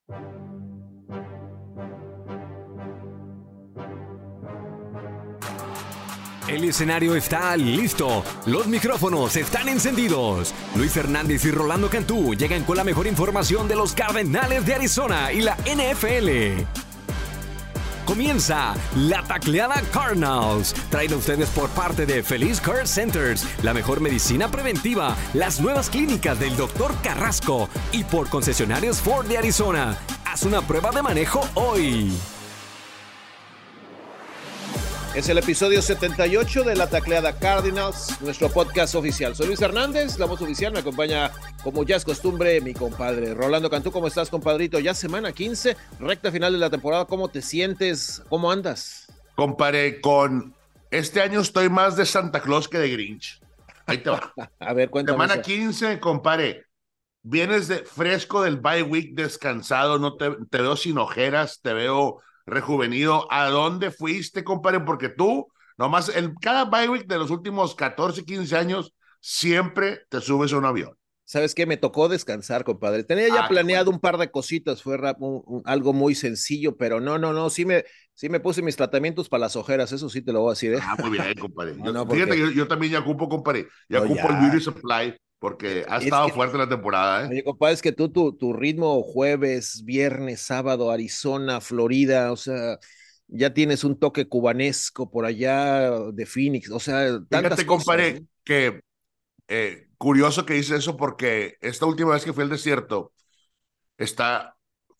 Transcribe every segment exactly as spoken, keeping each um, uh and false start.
El escenario está listo, los micrófonos están encendidos. Luis Hernández y Rolando Cantú llegan con la mejor información de los Cardenales de Arizona y la N F L. Comienza La Tacleada Cardinals, traído a ustedes por parte de Feliz Care Centers, la mejor medicina preventiva, las nuevas clínicas del doctor Carrasco y por Concesionarios Ford de Arizona. Haz una prueba de manejo hoy. Es el episodio setenta y ocho de La Tacleada Cardinals, nuestro podcast oficial. Soy Luis Hernández, la voz oficial. Me acompaña, como ya es costumbre, mi compadre Rolando Cantú. ¿Cómo estás, compadrito? Ya semana quince, recta final de la temporada. ¿Cómo te sientes? ¿Cómo andas? Comparé con... Este año estoy más de Santa Claus que de Grinch. Ahí te va. A ver, cuéntame. Semana eso. quince, compadre. Vienes de fresco del bye week, descansado, no te, te veo sin ojeras, te veo rejuvenido. ¿A dónde fuiste, compadre? Porque tú, nomás, el, cada bye week de los últimos catorce, quince años, siempre te subes a un avión. ¿Sabes qué? Me tocó descansar, compadre. Tenía ya Ah, planeado un par de cositas, fue rap, un, un, algo muy sencillo, pero no, no, no, sí me, sí me puse mis tratamientos para las ojeras, eso sí te lo voy a decir, ¿eh? Ah, muy bien, compadre. No, Yo, no, fíjate porque... que yo, yo también ya ocupo, compadre, ya No, ocupo ya. el Beauty Supply, porque ha Es estado que, fuerte la temporada, ¿eh? oye, compadre, es que tú, tu, tu ritmo jueves, viernes, sábado, Arizona, Florida, o sea, ya tienes un toque cubanesco por allá de Phoenix, o sea, tantas Fíjate, cosas, compadre, ¿no? que eh, curioso que dices eso porque esta última vez que fui al desierto está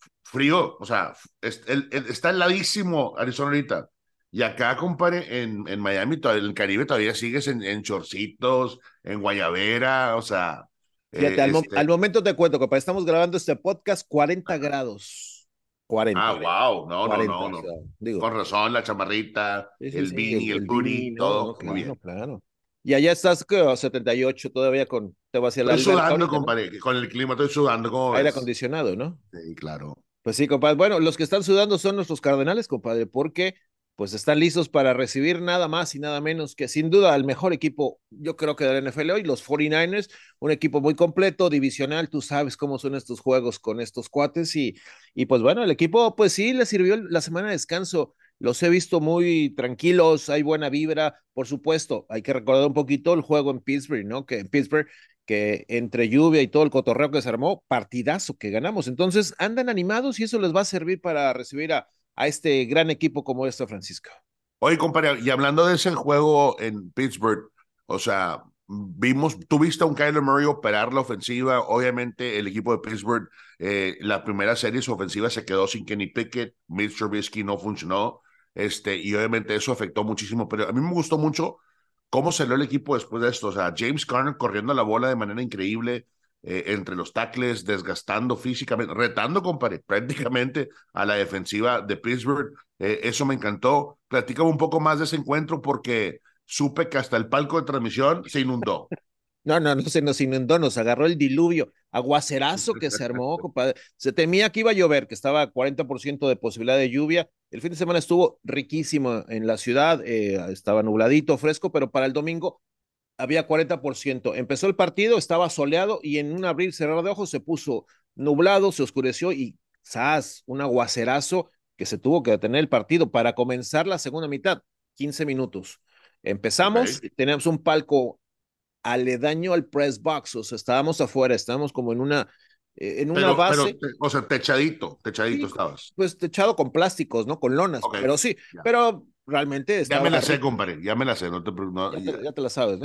frío, o sea, es, el, el, está heladísimo Arizona ahorita. Y acá, compadre, en, en Miami, todavía, en el Caribe, todavía sigues en, en chorcitos, en guayabera, o sea, Fíjate, eh, al, mo al este... momento te cuento, compadre, estamos grabando este podcast cuarenta grados. Ah, cuarenta, wow, no, no, cuarenta, no, o sea, no. digo. Con razón, la chamarrita, Sí, sí, el sí, beanie, el, el el hoodie, beanie, no, no, todo, muy claro, bien. claro. Y allá estás, ¿qué? A setenta y ocho todavía con, te vas hacia la Estoy alberca sudando, ahorita, ¿no? compadre, con el clima estoy sudando, ¿cómo Aire ves? acondicionado, ¿no? Sí, claro. Pues sí, compadre. Bueno, los que están sudando son nuestros Cardenales, compadre, porque pues están listos para recibir nada más y nada menos que sin duda al mejor equipo, yo creo que de la N F L hoy, los cuarenta y nueve ers, un equipo muy completo, divisional, tú sabes cómo son estos juegos con estos cuates y, y pues bueno, el equipo pues sí le sirvió la semana de descanso, los he visto muy tranquilos, hay buena vibra, por supuesto, hay que recordar un poquito el juego en Pittsburgh, ¿no? Que en Pittsburgh que entre lluvia y todo el cotorreo que se armó, partidazo que ganamos. Entonces andan animados y eso les va a servir para recibir a, a este gran equipo como este Francisco. Oye, compadre, y hablando de ese juego en Pittsburgh, o sea, vimos, tuviste a un Kyler Murray operar la ofensiva, obviamente el equipo de Pittsburgh, eh, la primera serie su ofensiva se quedó sin Kenny Pickett, Mitch Trubisky no funcionó, este, y obviamente eso afectó muchísimo, pero a mí me gustó mucho cómo salió el equipo después de esto, o sea, James Conner corriendo la bola de manera increíble, eh, entre los tackles, desgastando físicamente, retando, compadre, prácticamente a la defensiva de Pittsburgh. Eh, eso me encantó. Platícame un poco más de ese encuentro porque supe que hasta el palco de transmisión se inundó. No, no, no se nos inundó, nos agarró el diluvio, aguacerazo que se armó, compadre. Se temía que iba a llover, que estaba a cuarenta por ciento de posibilidad de lluvia. El fin de semana estuvo riquísimo en la ciudad, eh, estaba nubladito, fresco, pero para el domingo había cuarenta por ciento. Empezó el partido, estaba soleado y en un abrir cerrar de ojos se puso nublado, se oscureció y ¡zas! Un aguacerazo que se tuvo que detener el partido para comenzar la segunda mitad, quince minutos. Empezamos, Ok. teníamos un palco aledaño al press box, o sea, estábamos afuera, estábamos como en una, eh, en una Pero, pero, base, o sea, techadito, techadito sí, estabas. pues techado con plásticos, ¿no? Con lonas, Ok, pero sí, ya. pero realmente Ya me estaba la sé, rico, compadre, ya me la sé, no te no, ya ya. te, ya te la sabes, ¿no?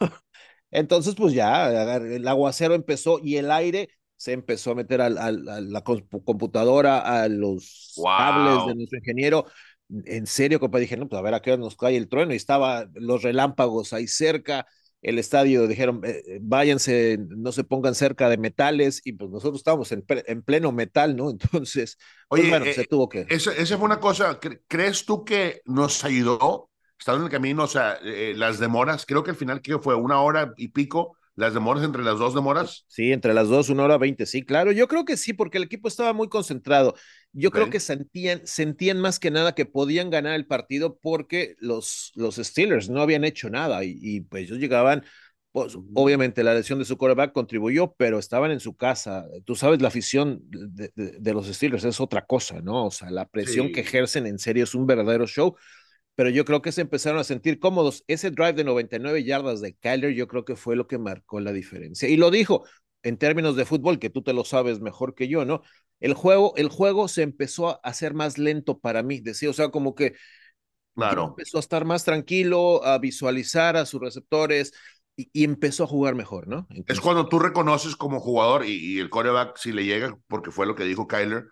Entonces, pues ya, el aguacero empezó y el aire se empezó a meter al, al, a la computadora, a los cables de Wow. nuestro ingeniero. En serio, compa, dije, no, pues a ver a qué hora nos cae el trueno. Y estaba los relámpagos ahí cerca, el estadio, dijeron, eh, eh, váyanse, no se pongan cerca de metales. Y pues nosotros estábamos en, en pleno metal, ¿no? Entonces, pues bueno, Oye, se eh, tuvo que. esa, esa fue una cosa, ¿cre- ¿crees tú que nos ayudó estando en el camino? O sea, eh, las demoras, creo que al final que fue una hora y pico, las demoras entre las dos demoras. Sí, entre las dos, una hora veinte, sí, claro. Yo creo que sí, porque el equipo estaba muy concentrado. Yo Ok, creo que sentían, sentían más que nada que podían ganar el partido porque los, los Steelers no habían hecho nada y, y pues ellos llegaban Pues obviamente la lesión de su quarterback contribuyó, pero estaban en su casa. Tú sabes, la afición de, de, de los Steelers es otra cosa, ¿no? O sea, la presión que Sí, ejercen en serio es un verdadero show, pero yo creo que se empezaron a sentir cómodos. Ese drive de noventa y nueve yardas de Kyler, yo creo que fue lo que marcó la diferencia. Y lo dijo en términos de fútbol, que tú te lo sabes mejor que yo, ¿no? El juego, el juego se empezó a hacer más lento para mí, decía, o sea, como que ya claro. empezó a estar más tranquilo, a visualizar a sus receptores y, y empezó a jugar mejor, ¿no? Es Entonces, cuando tú reconoces como jugador y, y el quarterback, si le llega, porque fue lo que dijo Kyler,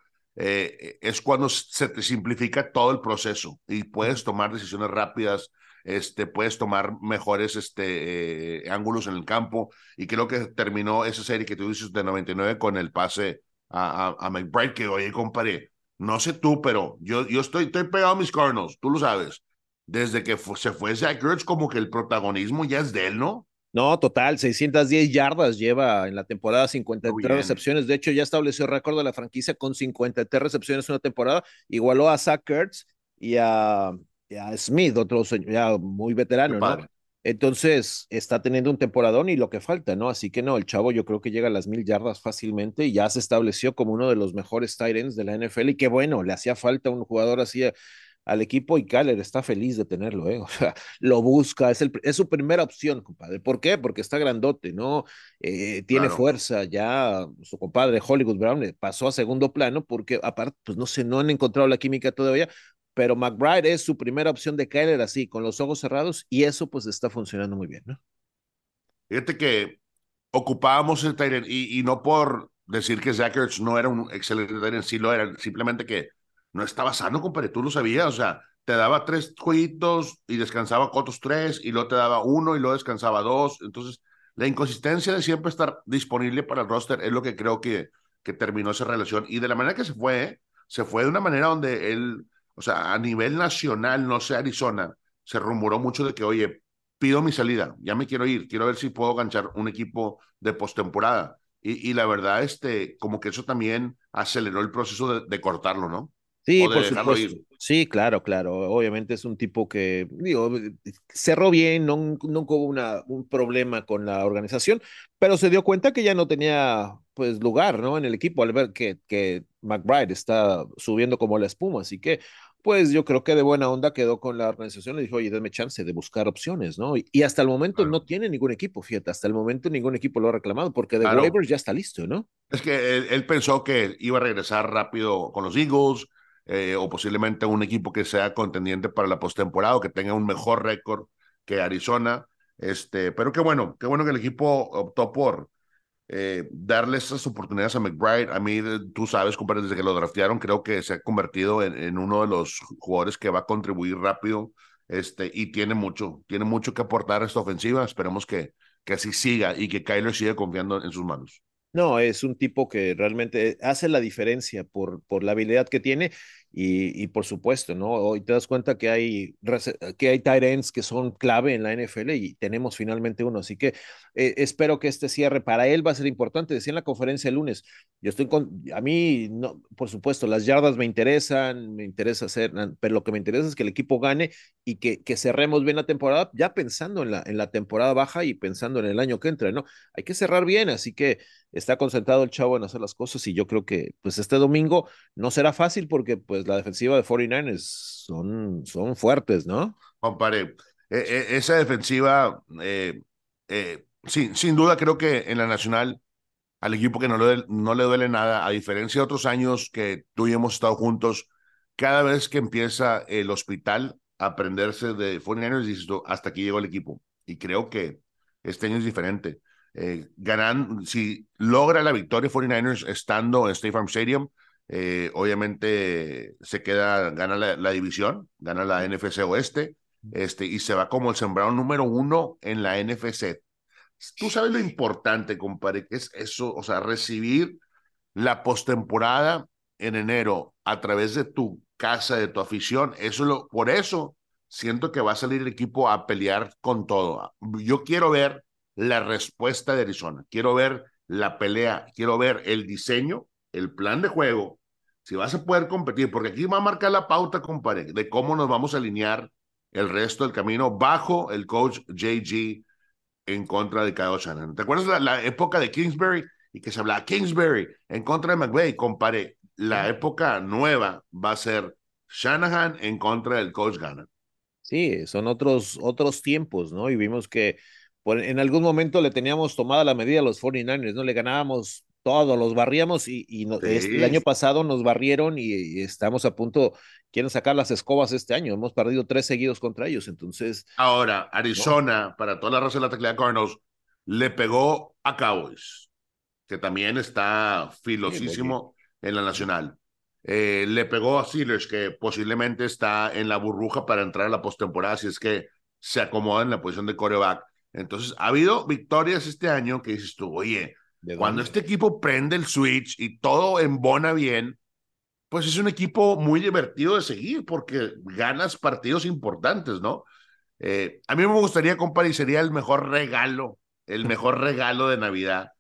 eh, es cuando se te simplifica todo el proceso y puedes tomar decisiones rápidas, este, puedes tomar mejores este, eh, ángulos en el campo. Y creo que terminó esa serie que tú dices de noventa y nueve con el pase a, a, a McBride, que oye, compadre, no sé tú, pero yo, yo estoy, estoy pegado a mis Cardinals, tú lo sabes. Desde que fu se fue Zach Ertz, como que el protagonismo ya es de él, ¿no? no, total, seiscientas diez yardas lleva en la temporada, cincuenta y Muy tres bien. recepciones. De hecho, ya estableció el récord de la franquicia con cincuenta y tres recepciones en una temporada. Igualó a Zach Ertz y a, y a Smith, otro ya muy Qué veterano, ¿no? padre. Entonces, está teniendo un temporadón y lo que falta, ¿no? Así que no, el chavo yo creo que llega a las mil yardas fácilmente y ya se estableció como uno de los mejores tight ends de la N F L. Y qué bueno, le hacía falta un jugador así a, al equipo y Kyler está feliz de tenerlo, ¿eh? O sea, lo busca, es, el, es su primera opción, compadre. ¿Por qué? Porque está grandote, ¿no? Eh, tiene Claro. fuerza, ya su compadre Hollywood Brown le pasó a segundo plano porque aparte, pues no sé, no han encontrado la química todavía, pero McBride es su primera opción de Kyler así, con los ojos cerrados, y eso pues está funcionando muy bien, ¿no? Fíjate que ocupábamos el Tyrant y, y no por decir que Zach Ertz no era un excelente Tyrant, sí lo era, simplemente que no estaba sano, compadre, tú lo sabías, o sea, te daba tres jueguitos y descansaba otros tres y luego te daba uno y luego descansaba dos, entonces la inconsistencia de siempre estar disponible para el roster es lo que creo que, que terminó esa relación y de la manera que se fue, se fue de una manera donde él, o sea, a nivel nacional, no sé, Arizona, se rumoró mucho de que, oye, pido mi salida, ya me quiero ir, quiero ver si puedo ganchar un equipo de postemporada. Y, y la verdad, este, como que eso también aceleró el proceso de, de cortarlo, ¿no? Sí, O de por dejarlo supuesto. ir. Sí, claro, claro. Obviamente es un tipo que, digo, cerró bien, no, nunca hubo una, un problema con la organización, pero se dio cuenta que ya no tenía, pues, lugar, ¿no? En el equipo al ver que, que McBride está subiendo como la espuma. Así que, pues, yo creo que de buena onda quedó con la organización y dijo, oye, denme chance de buscar opciones, ¿no? Y, y hasta el momento no Claro, tiene ningún equipo, fíjate, hasta el momento ningún equipo lo ha reclamado porque de claro. waivers ya está listo, ¿no? Es que él, él pensó que iba a regresar rápido con los Eagles eh, o posiblemente un equipo que sea contendiente para la postemporada o que tenga un mejor récord que Arizona. Este, pero qué bueno, qué bueno que el equipo optó por eh, darle esas oportunidades a McBride. A mí, tú sabes, compadre, desde que lo draftearon, creo que se ha convertido en, en uno de los jugadores que va a contribuir rápido este, y tiene mucho, tiene mucho que aportar a esta ofensiva. Esperemos que, que así siga y que Kyler siga confiando en sus manos. No, es un tipo que realmente hace la diferencia por, por la habilidad que tiene y, y por supuesto, ¿no? Hoy te das cuenta que hay, que hay tight ends que son clave en la N F L y tenemos finalmente uno. Así que eh, espero que este cierre para él va a ser importante. Decía en la conferencia el lunes, yo estoy con, a mí, no, por supuesto, las yardas me interesan, me interesa hacer, pero lo que me interesa es que el equipo gane y que, que cerremos bien la temporada, ya pensando en la, en la temporada baja y pensando en el año que entra, ¿no? Hay que cerrar bien, así que está concentrado el chavo en hacer las cosas y yo creo que pues este domingo no será fácil porque pues la defensiva de cuarenta y nueve ers son, son fuertes, ¿no? Compare, eh, eh, esa defensiva, eh, eh, sin, sin duda creo que en la Nacional, al equipo que no le, no le duele nada, a diferencia de otros años que tú y hemos estado juntos, cada vez que empieza el hospital a aprenderse de cuarenta y nueve ers, dices tú, hasta aquí llegó el equipo. Y creo que este año es diferente. Eh, ganan, si logra la victoria cuarenta y nueve ers estando en State Farm Stadium, eh, obviamente se queda, gana la, la división, gana la N F C Oeste, este, y se va como el sembrado número uno en la N F C. Tú sabes lo importante, compadre, que es eso, o sea, recibir la postemporada en enero a través de tu casa, de tu afición. Eso lo, por eso siento que va a salir el equipo a pelear con todo. Yo quiero ver la respuesta de Arizona, quiero ver la pelea, quiero ver el diseño, el plan de juego, si vas a poder competir, porque aquí va a marcar la pauta, compadre, de cómo nos vamos a alinear el resto del camino bajo el coach J G en contra de Kyle Shanahan. ¿Te acuerdas la, la época de Kingsbury? Y que se hablaba Kingsbury en contra de McVay. Comparé, la Sí. época nueva va a ser Shanahan en contra del coach Gannon. Sí, son otros, otros tiempos, ¿no? Y vimos que por, en algún momento le teníamos tomada la medida a los cuarenta y nueve ers, ¿no? Le ganábamos todo, los barríamos y, y no, es, el año Sí. pasado nos barrieron y, y estamos a punto, quieren sacar las escobas este año. Hemos perdido tres seguidos contra ellos, entonces, Ahora, no, Arizona, para toda la raza de la tecla de Cardinals, le pegó a Cowboys, que también está sí, muy bien. filosísimo en la Sí, nacional. Eh, le pegó a Steelers, que posiblemente está en la burbuja para entrar a la postemporada, si es que se acomoda en la posición de coreback. Entonces, ha habido victorias este año que dices tú, oye, ¿de cuando dónde? este equipo prende el switch y todo embona bien, pues es un equipo muy divertido de seguir porque ganas partidos importantes, ¿no? Eh, a mí me gustaría, compadre, y sería el mejor regalo, el mejor regalo de Navidad,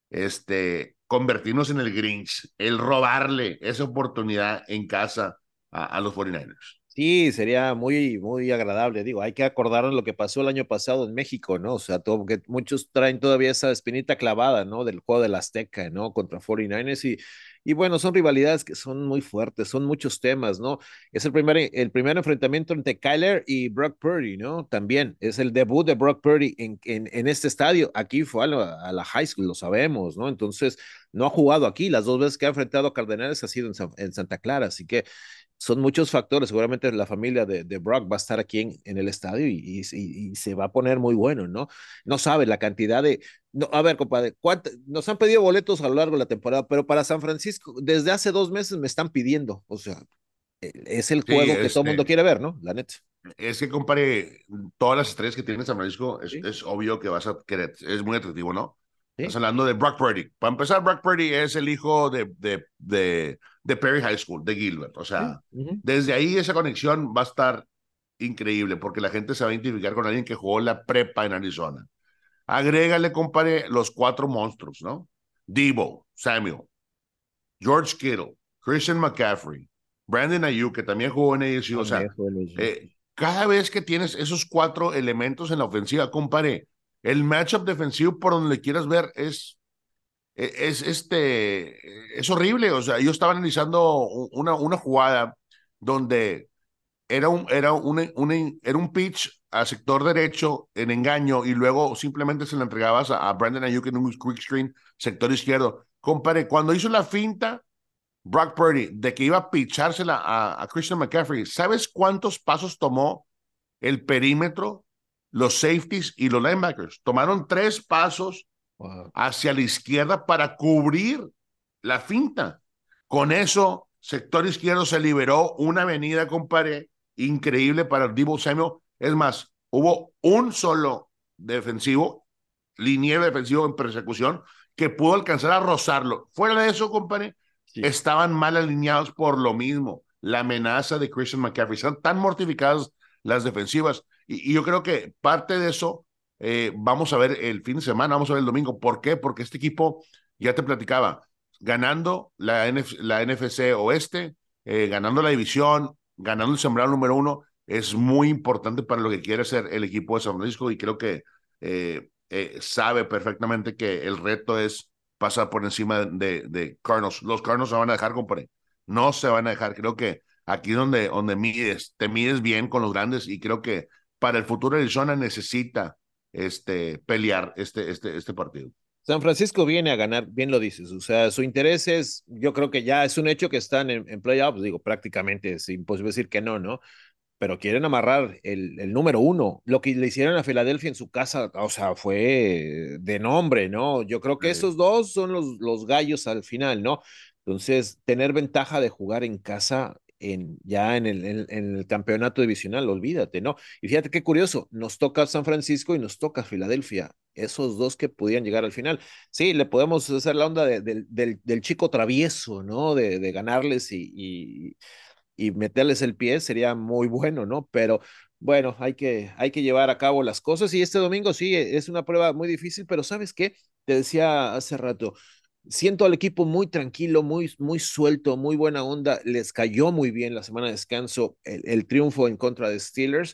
este, convertirnos en el Grinch, el robarle esa oportunidad en casa a, a los cuarenta y nueve ers. Sí, sería muy, muy agradable. Digo, hay que acordarnos lo que pasó el año pasado en México, ¿no? O sea, todo, que muchos traen todavía esa espinita clavada, ¿no? Del juego del Azteca, ¿no? Contra cuarenta y nueve ers y, y bueno, son rivalidades que son muy fuertes, son muchos temas, ¿no? Es el primer, el primer enfrentamiento entre Kyler y Brock Purdy, ¿no? También es el debut de Brock Purdy en, en, en este estadio. Aquí fue a la, a la high school, lo sabemos, ¿no? Entonces, no ha jugado aquí. Las dos veces que ha enfrentado a Cardenales ha sido en, San, en Santa Clara, así que son muchos factores. Seguramente la familia de, de Brock va a estar aquí en, en el estadio y, y, y, se va a poner muy bueno, ¿no? No sabe la cantidad de. No, a ver, compadre, nos han pedido boletos a lo largo de la temporada, pero para San Francisco, desde hace dos meses me están pidiendo. O sea, es el Sí, juego que todo el mundo este, quiere ver, ¿no? La neta. es que, compadre, todas las estrellas que tiene San Francisco, es, Sí, es obvio que vas a querer, es muy atractivo, ¿no? Estás sí. hablando de Brock Purdy. Para empezar, Brock Purdy es el hijo de, de, de, de Perry High School, de Gilbert. O Sí, sea, uh -huh. desde ahí esa conexión va a estar increíble porque la gente se va a identificar con alguien que jugó la prepa en Arizona. Agrégale, compadre, los cuatro monstruos, ¿no? Debo, Samuel, George Kittle, Christian McCaffrey, Brandon Ayuk, que también jugó en A S U. O sea, También fue el eh, cada vez que tienes esos cuatro elementos en la ofensiva, compadre, el matchup defensivo por donde le quieras ver es, es, este, es horrible. O sea, yo estaba analizando una, una jugada donde era un, era un, un, era un pitch a sector derecho en engaño y luego simplemente se le entregabas a, a Brandon Ayuk en un quick screen sector izquierdo. Compadre, cuando hizo la finta Brock Purdy de que iba a pichársela a, a Christian McCaffrey, ¿sabes cuántos pasos tomó el perímetro, los safeties y los linebackers? Tomaron tres pasos wow. hacia la izquierda para cubrir la finta. Con eso, sector izquierdo se liberó una avenida, compadre, increíble para Deebo Samuel. Es más, hubo un solo defensivo, liniero defensivo en persecución, que pudo alcanzar a rozarlo. Fuera de eso, compadre, Sí. estaban mal alineados por lo mismo. La amenaza de Christian McCaffrey. Están tan mortificadas las defensivas. Y, y yo creo que parte de eso eh, vamos a ver el fin de semana, vamos a ver el domingo. ¿Por qué? Porque este equipo, ya te platicaba, ganando la, N F la N F C Oeste, eh, ganando la división, ganando el sembrado número uno, es muy importante para lo que quiere hacer el equipo de San Francisco y creo que eh, eh, sabe perfectamente que el reto es pasar por encima de, de Cardinals. Los Cardinals se van a dejar, compadre. No se van a dejar. Creo que aquí donde, donde mides, te mides bien con los grandes y creo que para el futuro de Arizona necesita este, pelear este, este, este partido. San Francisco viene a ganar, bien lo dices, o sea, su interés es, yo creo que ya es un hecho que están en, en playoffs, digo, prácticamente es imposible decir que no, ¿no? Pero quieren amarrar el, el número uno. Lo que le hicieron a Filadelfia en su casa, o sea, fue de nombre, ¿no? Yo creo que Sí. esos dos son los, los gallos al final, ¿no? Entonces, tener ventaja de jugar en casa en, ya en el, en, en el campeonato divisional, olvídate, ¿no? Y fíjate qué curioso, nos toca San Francisco y nos toca Filadelfia, esos dos que pudieran llegar al final. Sí, le podemos hacer la onda de, de, del, del chico travieso, ¿no? De, de ganarles y, y, y meterles el pie sería muy bueno, ¿no? Pero bueno, hay que, hay que llevar a cabo las cosas y este domingo sí, es una prueba muy difícil, pero ¿sabes qué? Te decía hace rato, siento al equipo muy tranquilo, muy, muy suelto, muy buena onda, les cayó muy bien la semana de descanso el, el triunfo en contra de Steelers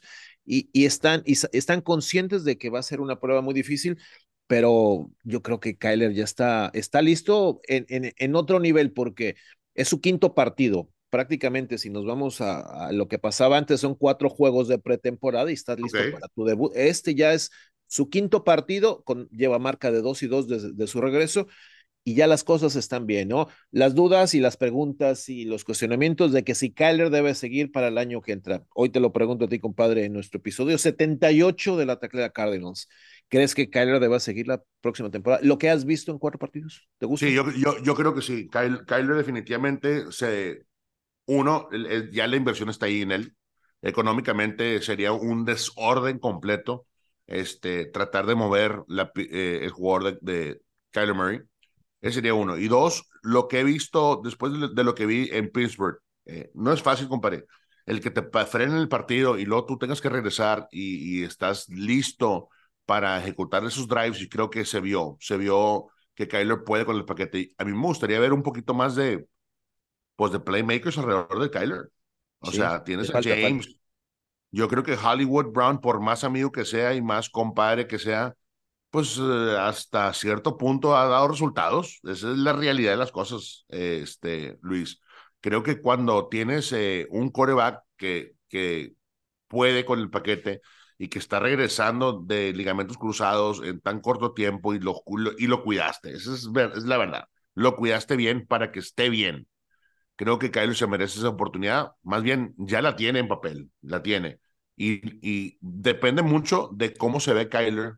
y, y, están, y están conscientes de que va a ser una prueba muy difícil, pero yo creo que Kyler ya está, está listo en, en, en otro nivel porque es su quinto partido. Prácticamente, si nos vamos a, a, lo que pasaba antes, son cuatro juegos de pretemporada y estás listo Ok. para tu debut. Este ya es su quinto partido, con, lleva marca de dos y dos de, de su regreso y ya las cosas están bien, ¿no? Las dudas y las preguntas y los cuestionamientos de que si Kyler debe seguir para el año que entra. Hoy te lo pregunto a ti, compadre, en nuestro episodio setenta y ocho de la Taclea Cardinals. ¿Crees que Kyler debe seguir la próxima temporada? ¿Lo que has visto en cuatro partidos? ¿Te Sí, gusta? yo, yo, yo creo que sí. Kyle, Kyler definitivamente se, uno, el, el, ya la inversión está ahí en él. Económicamente sería un desorden completo este, tratar de mover la, eh, el jugador de, de Kyler Murray. Ese sería uno. Y dos, lo que he visto después de, de lo que vi en Pittsburgh, eh, no es fácil, compadre. El que te frenen el partido y luego tú tengas que regresar y, y estás listo para ejecutar esos drives, y creo que se vio, se vio que Kyler puede con el paquete. A mí me gustaría ver un poquito más de, pues, de playmakers alrededor de Kyler. O Sí, sea, le tienes a falta, falta. James. Yo creo que Hollywood Brown, por más amigo que sea y más compadre que sea, pues eh, hasta cierto punto ha dado resultados. Esa es la realidad de las cosas, eh, este, Luis. Creo que cuando tienes eh, un quarterback que, que puede con el paquete y que está regresando de ligamentos cruzados en tan corto tiempo y lo, y lo cuidaste, esa es, es la verdad. Lo cuidaste bien para que esté bien. Creo que Kyler se merece esa oportunidad. Más bien, ya la tiene en papel, la tiene. Y, y depende mucho de cómo se ve Kyler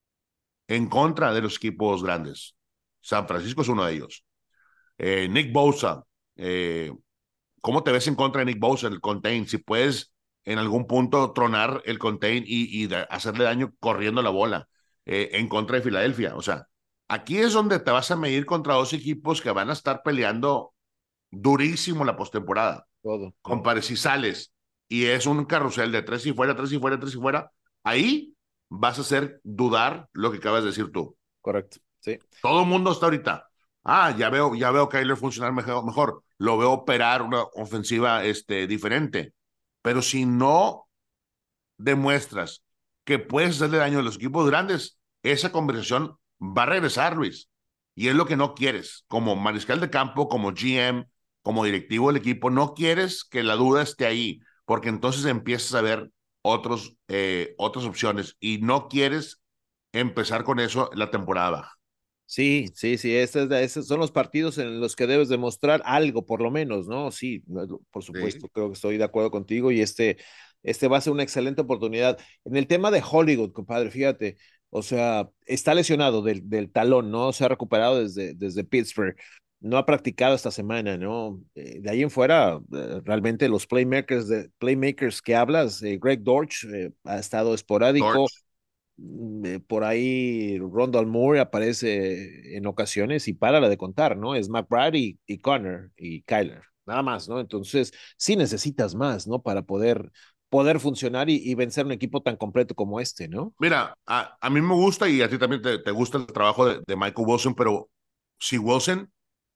en contra de los equipos grandes. San Francisco es uno de ellos. Eh, Nick Bosa, eh, ¿cómo te ves en contra de Nick Bosa, el contain? Si puedes en algún punto tronar el contain y, y hacerle daño corriendo la bola eh, en contra de Filadelfia. O sea, aquí es donde te vas a medir contra dos equipos que van a estar peleando durísimo la postemporada. Todo, todo. Compare, si sales y es un carrusel de tres y fuera, tres y fuera, tres y fuera, ahí vas a hacer dudar lo que acabas de decir tú. Correcto, sí. Todo el mundo está ahorita. Ah, ya veo, ya veo a Kyler funcionar mejor, mejor. Lo veo operar una ofensiva este, diferente. Pero si no demuestras que puedes hacerle daño a los equipos grandes, esa conversación va a regresar, Luis. Y es lo que no quieres. Como mariscal de campo, como G M, como directivo del equipo, no quieres que la duda esté ahí, porque entonces empiezas a ver otros, eh, otras opciones y no quieres empezar con eso la temporada baja. Sí, sí, sí, estos, estos son los partidos en los que debes demostrar algo, por lo menos, ¿no? Sí, por Sí. supuesto, creo que estoy de acuerdo contigo y este, este va a ser una excelente oportunidad. En el tema de Hollywood, compadre, fíjate, o sea, está lesionado del, del talón, ¿no? Se ha recuperado desde, desde Pittsburgh, no ha practicado esta semana, ¿no? Eh, de ahí en fuera, eh, realmente los playmakers, de, playmakers que hablas, eh, Greg Dortch eh, ha estado esporádico. George. Eh, por ahí Rondal Moore aparece en ocasiones y para la de contar, ¿no? Es McBride y, y Connor y Kyler, nada más, ¿no? Entonces, sí necesitas más, ¿no? Para poder, poder funcionar y, y vencer un equipo tan completo como este, ¿no? Mira, a, a mí me gusta y a ti también te, te gusta el trabajo de, de Michael Wilson, pero si Wilson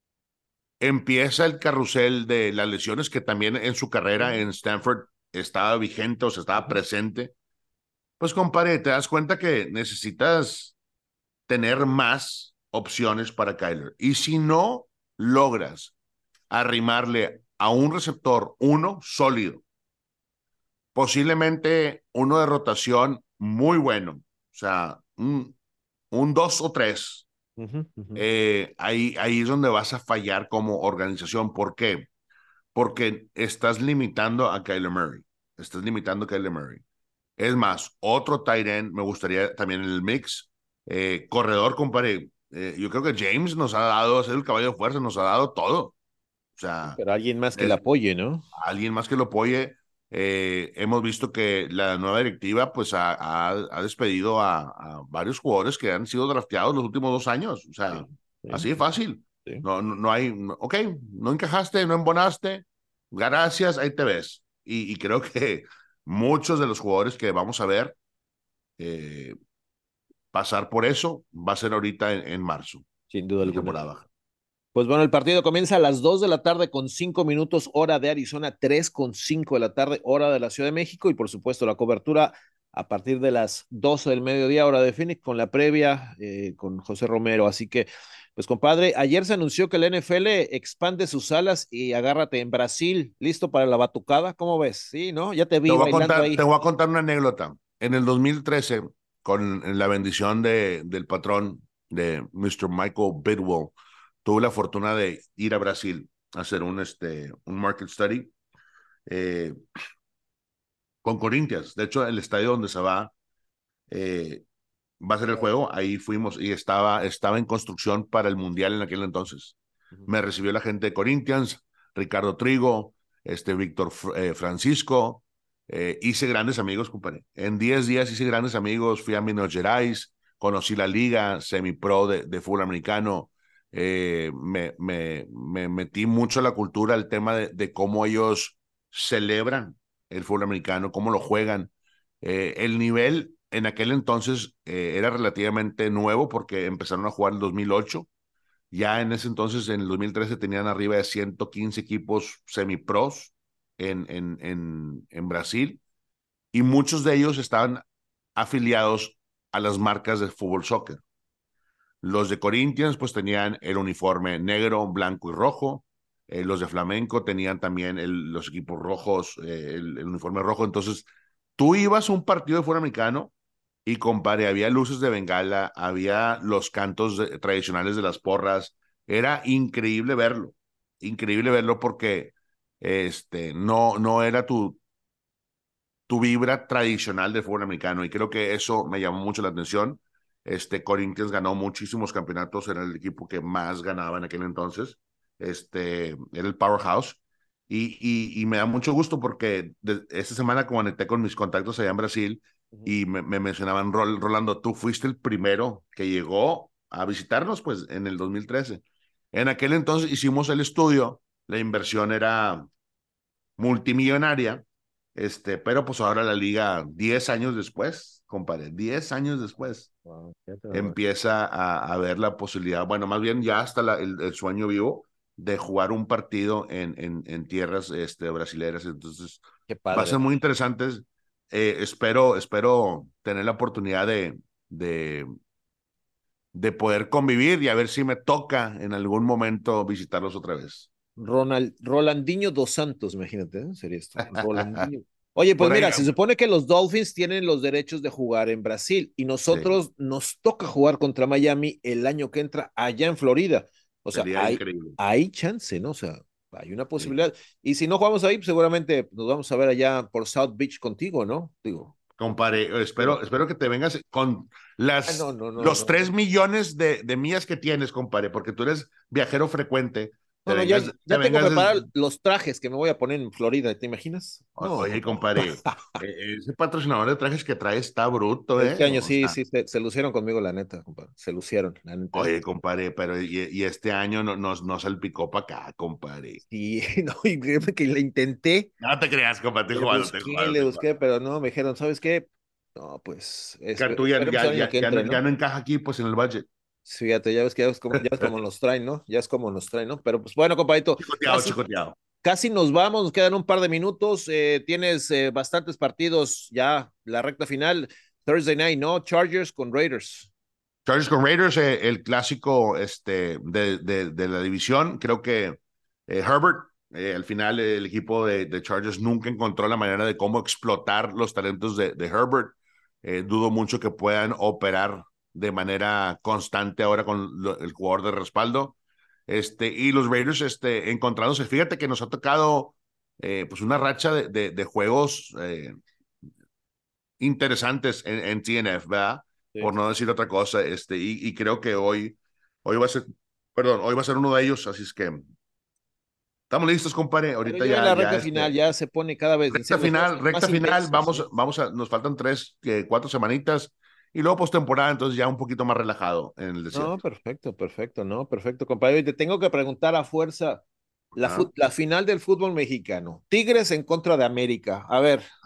empieza el carrusel de las lesiones, que también en su carrera en Stanford estaba vigente o se estaba Ujú. presente, pues compadre, te das cuenta que necesitas tener más opciones para Kyler. Y si no logras arrimarle a un receptor, uno sólido, posiblemente uno de rotación muy bueno, o sea, un, un dos o tres, Ujú, ujú. eh, ahí, ahí es donde vas a fallar como organización. ¿Por qué? Porque estás limitando a Kyler Murray. Estás limitando a Kyler Murray. Es más, otro tight end me gustaría también en el mix. Eh, corredor, compadre. Eh, yo creo que James nos ha dado, ser el caballo de fuerza, nos ha dado todo. O sea, Pero alguien más que le es, apoye, ¿no? alguien más que lo apoye. Eh, hemos visto que la nueva directiva pues ha, ha, ha despedido a, a, varios jugadores que han sido drafteados los últimos dos años. O Sí, sea, sí, así de fácil. sí. No, no, no hay, no, ok, no encajaste, no embonaste, gracias, ahí te ves. Y, y creo que muchos de los jugadores que vamos a ver eh, pasar por eso va a ser ahorita en, en marzo, Sin duda en alguna. temporada baja. Pues bueno, el partido comienza a las dos de la tarde con cinco minutos, hora de Arizona, tres con cinco de la tarde, hora de la Ciudad de México, y por supuesto la cobertura a partir de las doce del mediodía, hora de Phoenix, con la previa eh, con José Romero. Así que, pues compadre, ayer se anunció que la N F L expande sus salas y agárrate en Brasil, listo para la batucada, ¿cómo ves? Sí, ¿no? Ya te Te vi voy a bailando contar, te ahí. voy a contar una anécdota. En el dos mil trece, con la bendición de, del patrón de mister Michael Bidwell, tuve la fortuna de ir a Brasil a hacer un, este, un market study eh, con Corinthians. De hecho, el estadio donde se va eh, va a ser el juego, ahí fuimos y estaba, estaba en construcción para el Mundial en aquel entonces. Ujú. Me recibió la gente de Corinthians, Ricardo Trigo, este Víctor eh, Francisco, eh, hice grandes amigos, compadre. En diez días hice grandes amigos, fui a Minas Gerais, conocí la liga semi-pro de, de fútbol americano, eh, me, me, me metí mucho en la cultura, el tema de, de cómo ellos celebran el fútbol americano, cómo lo juegan. Eh, el nivel en aquel entonces eh, era relativamente nuevo porque empezaron a jugar en el dos mil ocho. Ya en ese entonces, en el dos mil trece, tenían arriba de ciento quince equipos semipros en, en, en, en Brasil y muchos de ellos estaban afiliados a las marcas de fútbol soccer. Los de Corinthians pues tenían el uniforme negro, blanco y rojo. Eh, los de Flamenco tenían también el, los equipos rojos, eh, el, el uniforme rojo. Entonces, tú ibas a un partido de fútbol americano y compadre, había luces de bengala, había los cantos de, tradicionales de las porras. Era increíble verlo, increíble verlo porque este, no, no era tu, tu vibra tradicional del fútbol americano y creo que eso me llamó mucho la atención. Este, Corinthians ganó muchísimos campeonatos, era el equipo que más ganaba en aquel entonces. Este, era el powerhouse. Y, y, y me da mucho gusto porque de, esta semana conecté con mis contactos allá en Brasil Ujú. y me, me mencionaban, Rol, Rolando, tú fuiste el primero que llegó a visitarnos pues en el dos mil trece. En aquel entonces hicimos el estudio, la inversión era multimillonaria, este, pero pues ahora la liga, diez años después, compadre, diez años después, Wow, fíjate nada más. empieza a, a ver la posibilidad, bueno, más bien ya hasta la, el, el, sueño vivo de jugar un partido en, en, en tierras este, brasileras. Entonces, Qué va a padre. ser muy interesante. Eh, espero, espero tener la oportunidad de, de, de poder convivir y a ver si me toca en algún momento visitarlos otra vez. Ronald, Rolandinho dos Santos, imagínate, ¿eh? Sería esto. Rolandinho. Oye, pues Por ahí, mira, se supone que los Dolphins tienen los derechos de jugar en Brasil y sí, nosotros nos toca jugar contra Miami el año que entra allá en Florida. O sea, sería hay, increíble. hay chance, ¿no? O sea, hay una Sí. posibilidad. Y si no jugamos ahí, pues seguramente nos vamos a ver allá por South Beach contigo, ¿no? Digo, Compadre, espero, espero que te vengas con ah, no, las, no, no, los no, tres no. millones de, de millas que tienes, compadre, porque tú eres viajero frecuente. No, Te no, ya, vengas, te ya tengo vengas, des- preparados los trajes que me voy a poner en Florida, ¿te imaginas? o- No, no, oye, no. compadre, eh, ese patrocinador de trajes que traes está bruto, Este ¿eh? año O sí, sea, sí, se, se lucieron conmigo, la neta, compadre. Se lucieron, la neta. oye, compadre, pero y, y este año no, nos, nos salpicó para acá, compadre. Sí, no, y créeme que le intenté, No te creas, compadre, estoy le jugando, estoy busqué, jugando, le estoy busqué, jugando. pero no, me dijeron, ¿sabes qué? No, pues Que espe- tú ya, esperemos ya, el año ya, que ya, no, entre, ya ¿no? no encaja aquí, pues, en el budget. Fíjate, ya ves que ya es como, ya es como nos traen, ¿no? Ya es como nos traen, ¿no? Pero pues bueno, compadrito, Chicoteado, casi, chicoteado. casi nos vamos, nos quedan un par de minutos, eh, tienes eh, bastantes partidos ya, la recta final, Thursday night, ¿no? Chargers con Raiders. Chargers con Raiders, eh, el clásico este, de, de, de, la división. Creo que eh, Herbert, eh, al final el equipo de, de, Chargers nunca encontró la manera de cómo explotar los talentos de, de Herbert. Eh, dudo mucho que puedan operar de manera constante ahora con lo, el jugador de respaldo. Este, y los Raiders este, encontrándose. Fíjate que nos ha tocado eh, pues una racha de, de, de juegos eh, interesantes en, en T N F, ¿verdad? Sí. Por no decir otra cosa, este, y, y creo que hoy, hoy va a ser, perdón, hoy va a ser uno de ellos, así es que estamos listos, compadre. Pero Ahorita ya en ya, la ya, recta final este, ya se pone cada vez, en recta serio, los juegos final, recta más final, intensos, vamos, ¿eh? vamos a, nos faltan tres, eh, cuatro semanitas, y luego postemporada, entonces ya un poquito más relajado en el No, desierto. perfecto, perfecto, no, perfecto, compadre. Y te tengo que preguntar a fuerza la, Ajá. fut- la final del fútbol mexicano. Tigres en contra de América. A ver,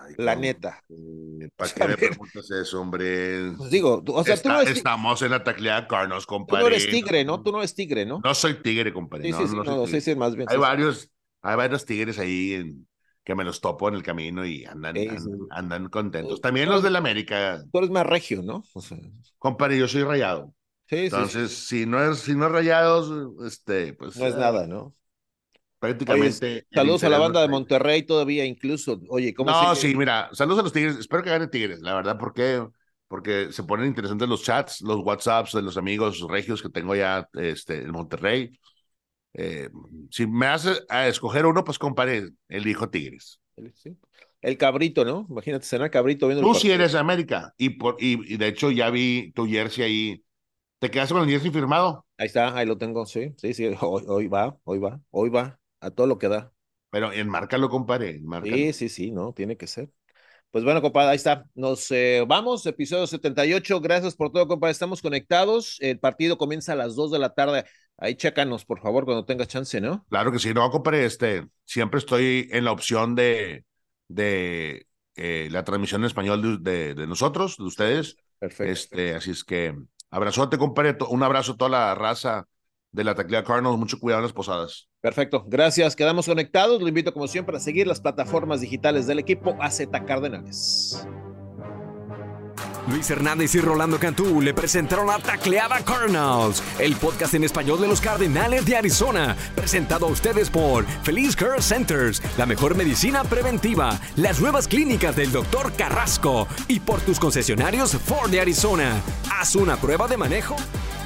Ay, La no, neta. eh, ¿Para qué me preguntas eso, hombre? Pues digo, tú, o sea, Está, tú no eres, estamos en la tacleada Cardinals, tú no eres compadre. tigre, ¿no? No, Tú no eres tigre, ¿no? no soy tigre, compadre. Sí, No, sí, no, sí, no soy no, sí, tigre. sí, más bien, Hay sí, sí. varios, hay varios tigres ahí en, que me los topo en el camino y andan, Sí, sí. andan, andan contentos. Tú, También tú los eres, del América, tú eres más regio, ¿no? O sea, compadre, yo soy rayado. sí, sí, sí. Entonces, si no es, si no es rayados, este, pues No es eh, nada, ¿no? Oye, prácticamente el saludos a la interés no banda de está ahí. Monterrey todavía, incluso. Oye, ¿cómo No, sigue? sí, mira, saludos a los Tigres. Espero que gane Tigres, la verdad, ¿por qué? Porque se ponen interesantes los chats, los WhatsApps de los amigos regios que tengo ya este, en Monterrey. Eh, si me hace a escoger uno, pues compadre, elijo Tigres. Sí. El cabrito, ¿no? Imagínate, será el cabrito viendo el Tú sí partido. eres de América y, por, y, y de hecho ya vi tu jersey ahí. ¿Te quedaste con el jersey firmado? Ahí está, ahí lo tengo, sí, sí, sí. Hoy, hoy va, hoy va, hoy va, a todo lo que da. Pero enmárcalo, compadre, Sí, enmárcalo. sí, sí, no, tiene que ser. Pues bueno, compadre, ahí está. Nos eh, vamos, episodio setenta y ocho. Gracias por todo, compadre. Estamos conectados. El partido comienza a las dos de la tarde. Ahí chécanos, por favor, cuando tengas chance, ¿no? Claro que sí, no, compadre, este, siempre estoy en la opción de, de eh, la transmisión en español de, de, de nosotros, de ustedes. Perfecto. Este, así es que abrazote, compadre, to- un abrazo a toda la raza de la Taclea Cardinals, mucho cuidado en las posadas. Perfecto. Gracias. Quedamos conectados. Lo invito, como siempre, a seguir las plataformas digitales del equipo A Z Cardenales. Luis Hernández y Rolando Cantú le presentaron a Tacleada Cardinals, el podcast en español de los Cardenales de Arizona, presentado a ustedes por Feliz Care Centers, la mejor medicina preventiva, las nuevas clínicas del doctor Carrasco y por tus concesionarios Ford de Arizona. Haz una prueba de manejo